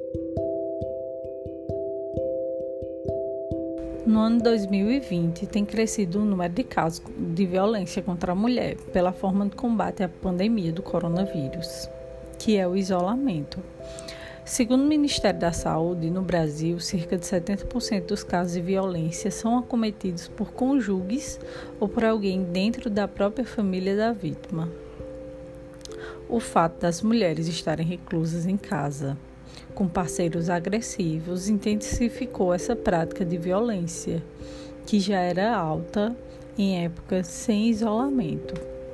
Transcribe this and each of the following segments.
No ano 2020, tem crescido o número de casos de violência contra a mulher pela forma de combate à pandemia do coronavírus, que é o isolamento. Segundo o Ministério da Saúde, no Brasil, cerca de 70% dos casos de violência são acometidos por cônjuges ou por alguém dentro da própria família da vítima. O fato das mulheres estarem reclusas em casa com parceiros agressivos intensificou essa prática de violência, que já era alta em épocas sem isolamento.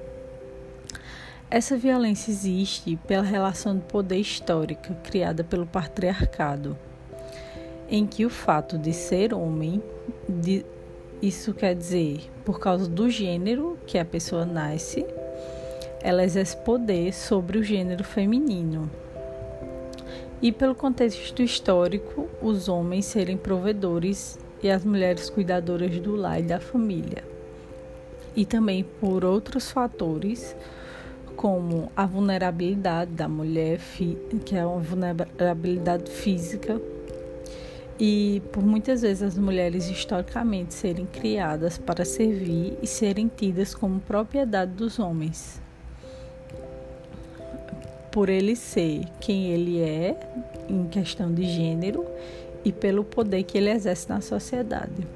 Essa violência existe pela relação de poder histórica criada pelo patriarcado, em que o fato de ser homem, isso quer dizer, por causa do gênero que a pessoa nasce, ela exerce poder sobre o gênero feminino. E pelo contexto histórico, os homens serem provedores e as mulheres cuidadoras do lar e da família. E também por outros fatores, como a vulnerabilidade da mulher, que é uma vulnerabilidade física, e por muitas vezes as mulheres historicamente serem criadas para servir e serem tidas como propriedade dos homens, por ele ser quem ele é em questão de gênero e pelo poder que ele exerce na sociedade.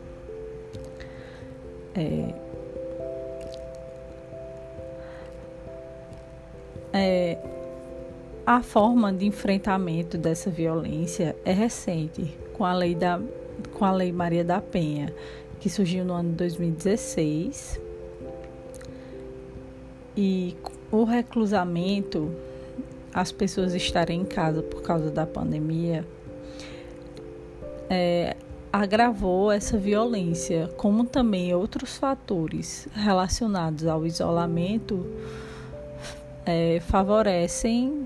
A forma de enfrentamento dessa violência é recente, com a Lei Maria da Penha, que surgiu no ano de 2016, e o reclusamento, as pessoas estarem em casa por causa da pandemia, agravou essa violência, como também outros fatores relacionados ao isolamento favorecem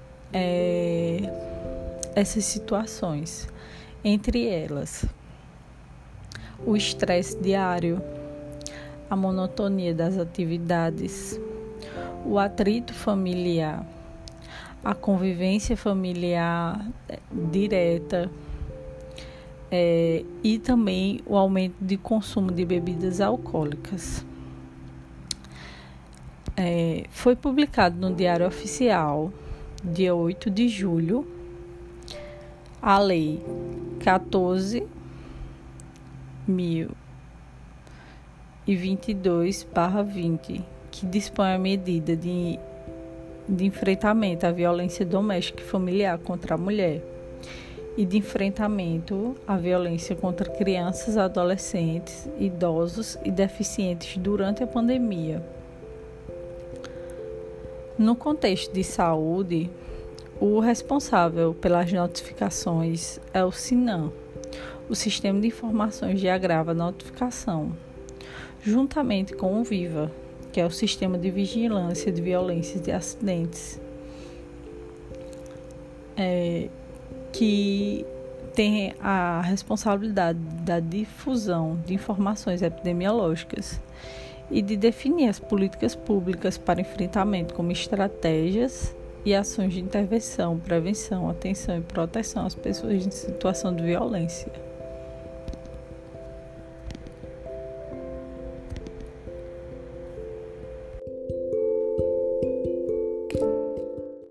essas situações. Entre elas, o estresse diário, a monotonia das atividades, o atrito familiar, a convivência familiar direta e também o aumento de consumo de bebidas alcoólicas. Foi publicado no Diário Oficial, dia 8 de julho, a Lei 14.022/20, que dispõe a medida de enfrentamento à violência doméstica e familiar contra a mulher e de enfrentamento à violência contra crianças, adolescentes, idosos e deficientes durante a pandemia. No contexto de saúde, o responsável pelas notificações é o SINAM, o Sistema de Informações de Agravo à Notificação, juntamente com o VIVA, que é o Sistema de Vigilância de Violências e Acidentes, que tem a responsabilidade da difusão de informações epidemiológicas e de definir as políticas públicas para enfrentamento, como estratégias e ações de intervenção, prevenção, atenção e proteção às pessoas em situação de violência.